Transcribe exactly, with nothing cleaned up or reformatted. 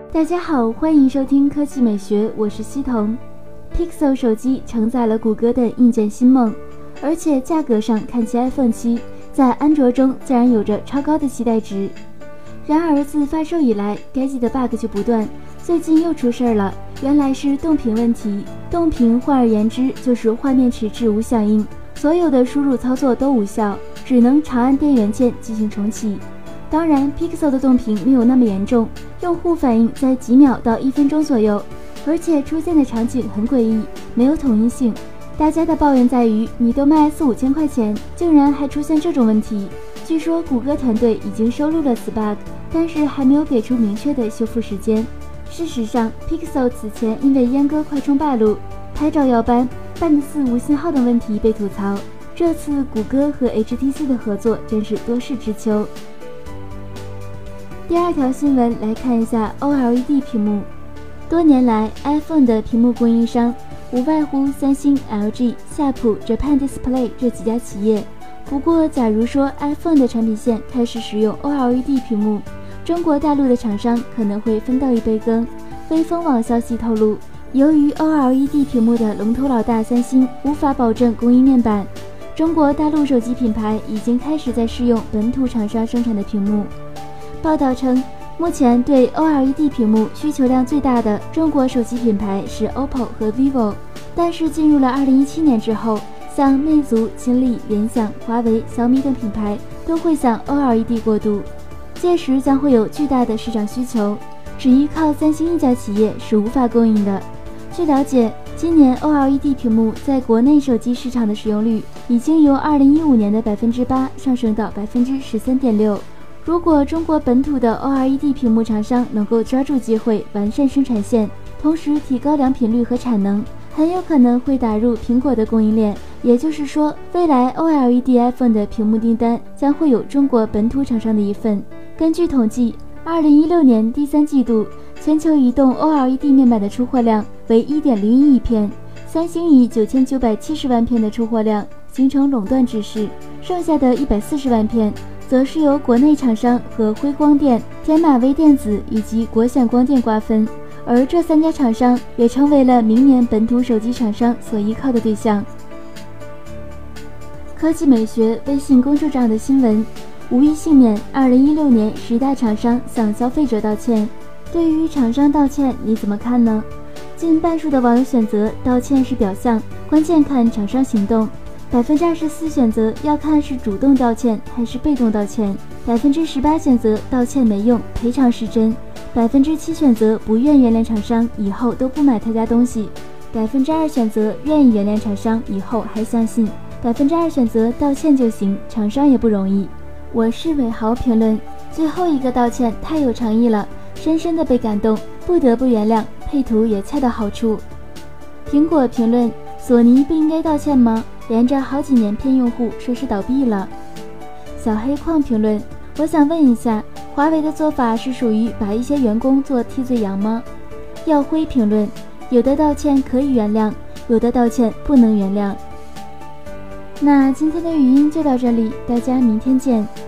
大家好，欢迎收听科技美学，我是西彤。Pixel 手机承载了谷歌的硬件新梦，而且价格上看齐 iPhone 七，在安卓中自然有着超高的期待值。然而自发售以来，该机的 bug 就不断，最近又出事儿了，原来是动屏问题。动屏换而言之就是画面迟滞无响应，所有的输入操作都无效，只能长按电源键进行重启。当然 Pixel 的动屏没有那么严重，用户反应在几秒到一分钟左右，而且出现的场景很诡异，没有统一性。大家的抱怨在于，你都卖四五千块钱，竟然还出现这种问题。据说谷歌团队已经收录了此 bug， 但是还没有给出明确的修复时间。事实上 Pixel 此前因为阉割快充败露、拍照要斑、band 四无信号等问题被吐槽，这次谷歌和 H T C 的合作真是多事之秋。第二条新闻来看一下 O L E D 屏幕。多年来 iPhone 的屏幕供应商无外乎三星、L G、夏普、Japan Display 这几家企业。不过假如说 iPhone 的产品线开始使用 O L E D 屏幕，中国大陆的厂商可能会分到一杯羹。微风网消息透露，由于 O L E D 屏幕的龙头老大三星无法保证供应面板，中国大陆手机品牌已经开始在试用本土厂商生产的屏幕。报道称，目前对 O L E D 屏幕需求量最大的中国手机品牌是 O P P O 和 vivo， 但是进入了二零一七年之后，像魅族、金立、联想、华为、小米等品牌都会向 O L E D 过渡，届时将会有巨大的市场需求，只依靠三星一家企业是无法供应的。据了解，今年 O L E D 屏幕在国内手机市场的使用率已经由二零一五年的 百分之八 上升到 百分之十三点六。如果中国本土的 O L E D 屏幕厂商能够抓住机会完善生产线，同时提高良品率和产能，很有可能会打入苹果的供应链。也就是说，未来 O L E D iPhone 的屏幕订单将会有中国本土厂商的一份。根据统计，二零一六年第三季度全球移动 O L E D 面板的出货量为 一点零一亿片，三星以九千九百七十万片的出货量形成垄断之势，剩下的一百四十万片则是由国内厂商和辉光电、天马微电子以及国显光电瓜分，而这三家厂商也成为了明年本土手机厂商所依靠的对象。科技美学微信公众账的新闻，无一幸免，二零一六年十大厂商向消费者道歉。对于厂商道歉，你怎么看呢？近半数的网友选择道歉是表象，关键看厂商行动。百分之二十四选择要看是主动道歉还是被动道歉，百分之十八选择道歉没用，赔偿是真，百分之七选择不愿原谅厂商，以后都不买他家东西，百分之二选择愿意原谅厂商，以后还相信，百分之二选择道歉就行，厂商也不容易。我是伟豪评论，最后一个道歉太有诚意了，深深的被感动，不得不原谅，配图也恰到好处。苹果评论，索尼不应该道歉吗？连着好几年骗用户，说是倒闭了。小黑矿评论，我想问一下，华为的做法是属于把一些员工做替罪羊吗？耀辉评论，有的道歉可以原谅，有的道歉不能原谅。那今天的语音就到这里，大家明天见。